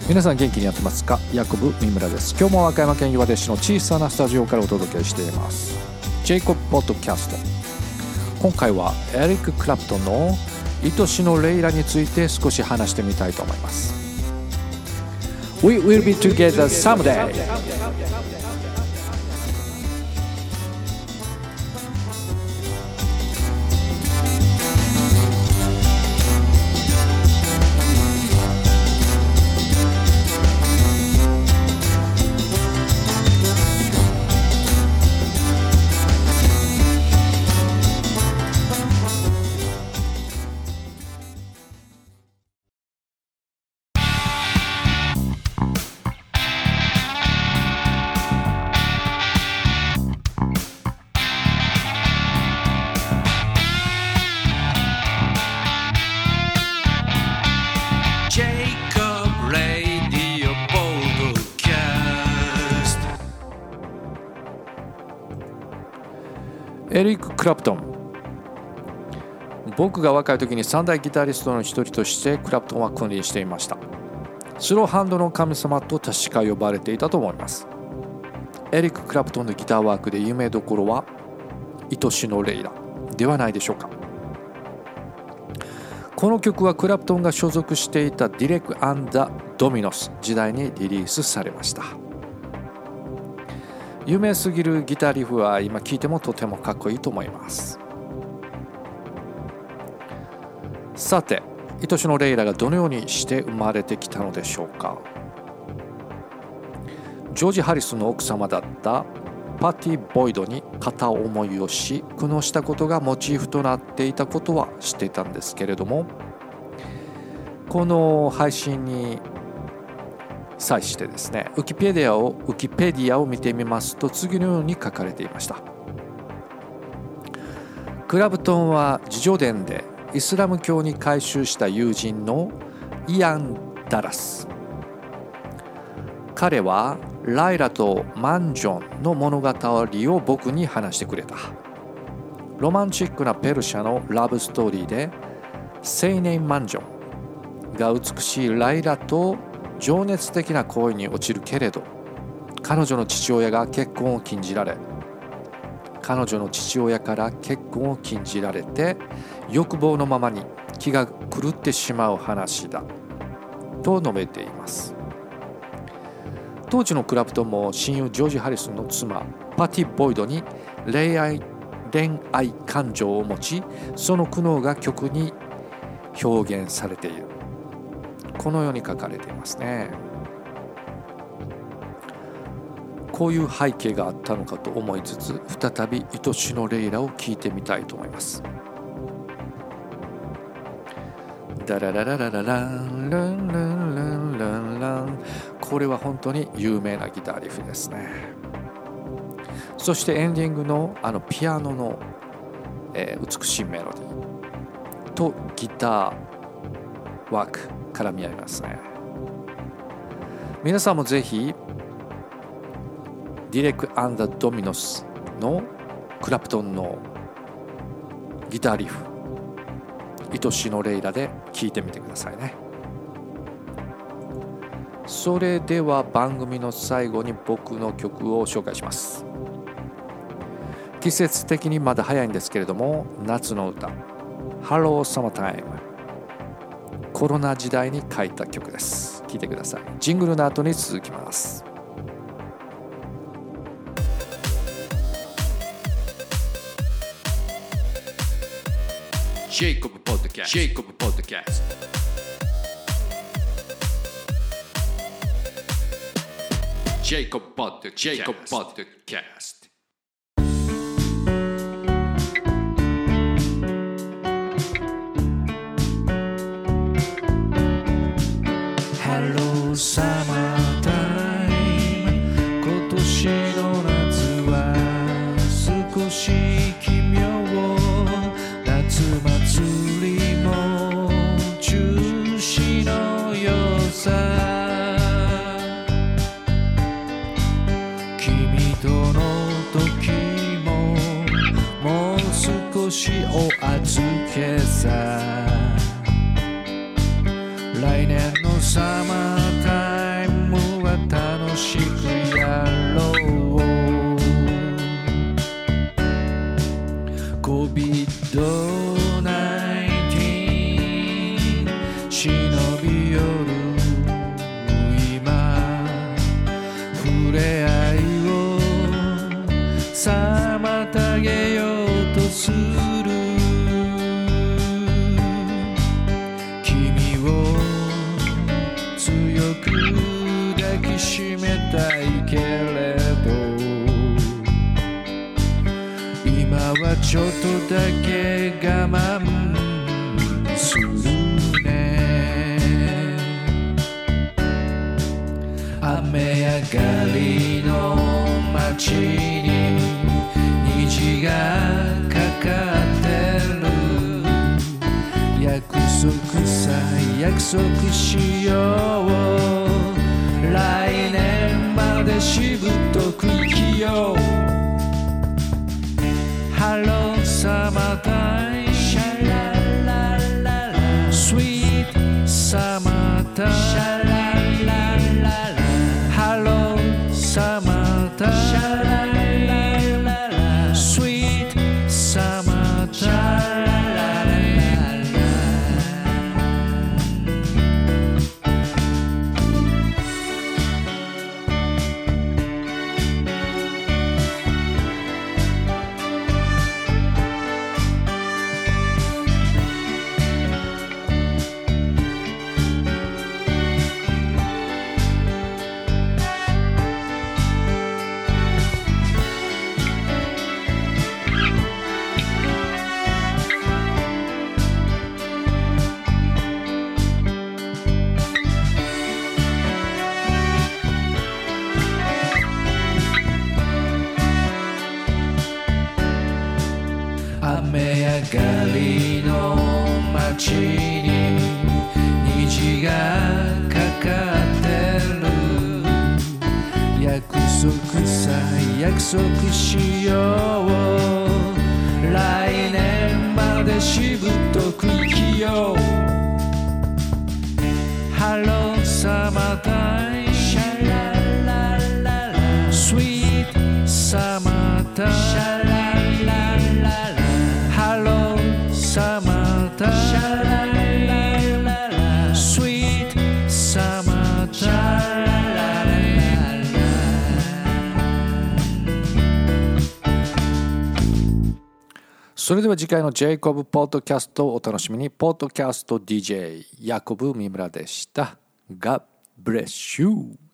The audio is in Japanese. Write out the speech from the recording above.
皆さん元気にやってますか？ヤコブ三村です。今日も和歌山県岩出市の小さなスタジオからお届けしています。ジェイコブポッドキャスト。今回はエリック・クラプトンの愛しのレイラについて少し話してみたいと思います。We will be together someday.エリック・クラプトン。僕が若い時に三大ギタリストの一人としてクラプトンは君臨していました。スローハンドの神様と確か呼ばれていたと思います。エリック・クラプトンのギターワークで有名どころは愛しのレイラではないでしょうか。この曲はクラプトンが所属していたディレク&ドミノス時代にリリースされました。有名すぎるギターリフは今聴いてもとてもかっこいいと思います。さて、愛しのレイラがどのようにして生まれてきたのでしょうか。ジョージ・ハリスの奥様だったパティ・ボイドに片思いをし苦悩したことがモチーフとなっていたことは知っていたんですけれども、この配信に際してですね、ウィキペディアを見てみますと次のように書かれていました。クラプトンは自叙伝でイスラム教に改宗した友人のイアン・ダラス。彼はライラとマンジョンの物語を僕に話してくれた。ロマンチックなペルシャのラブストーリーで青年マンジョンが美しいライラと情熱的な恋に落ちるけれど、彼女の父親から結婚を禁じられて欲望のままに気が狂ってしまう話だと述べています。当時のクラプトンも親友ジョージ・ハリスの妻パティ・ボイドに恋愛感情を持ち、その苦悩が曲に表現されている。このように書かれていますね。こういう背景があったのかと思いつつ、再び愛しのレイラを聴いてみたいと思います。ダラララララランランランランランラン。これは本当に有名なギターリフですね。そしてエンディングのピアノの、美しいメロディーとギターワーク絡み合いますね。皆さんもぜひディレク&ドミノスのクラプトンのギターリフ愛しのレイラで聴いてみてくださいね。それでは番組の最後に僕の曲を紹介します。季節的にまだ早いんですけれども、夏の歌 Hello Summertime、コロナ時代に書いた曲です。聴いてください。ジングルの後に続きます。ジェイコブポッドキャスト。ジェイコブポッドキャスト。ジェイコブポッドキャスト。サマータイム、今年の夏は少し奇妙、夏祭りも中止のよさ、君との時ももう少しお預けさ、来年のサマータイムする君を強く抱きしめたいけれど今はちょっとだけ我慢するね雨上がりの街に虹がかかってる約束さ約束しよう来年までしぶとく生きようHello summertime Sweet summertime Hello summertime Sweet summertime雨上がりの街に虹がかかってる約束さ約束しよう来年までしぶとく生きよう Hello summertime Sweet summertime Hello summertime Sweet summertime それでは次回のジェイコブポッドキャストをお楽しみに。ポッドキャスト DJ ヤコブ三村でした。God bless you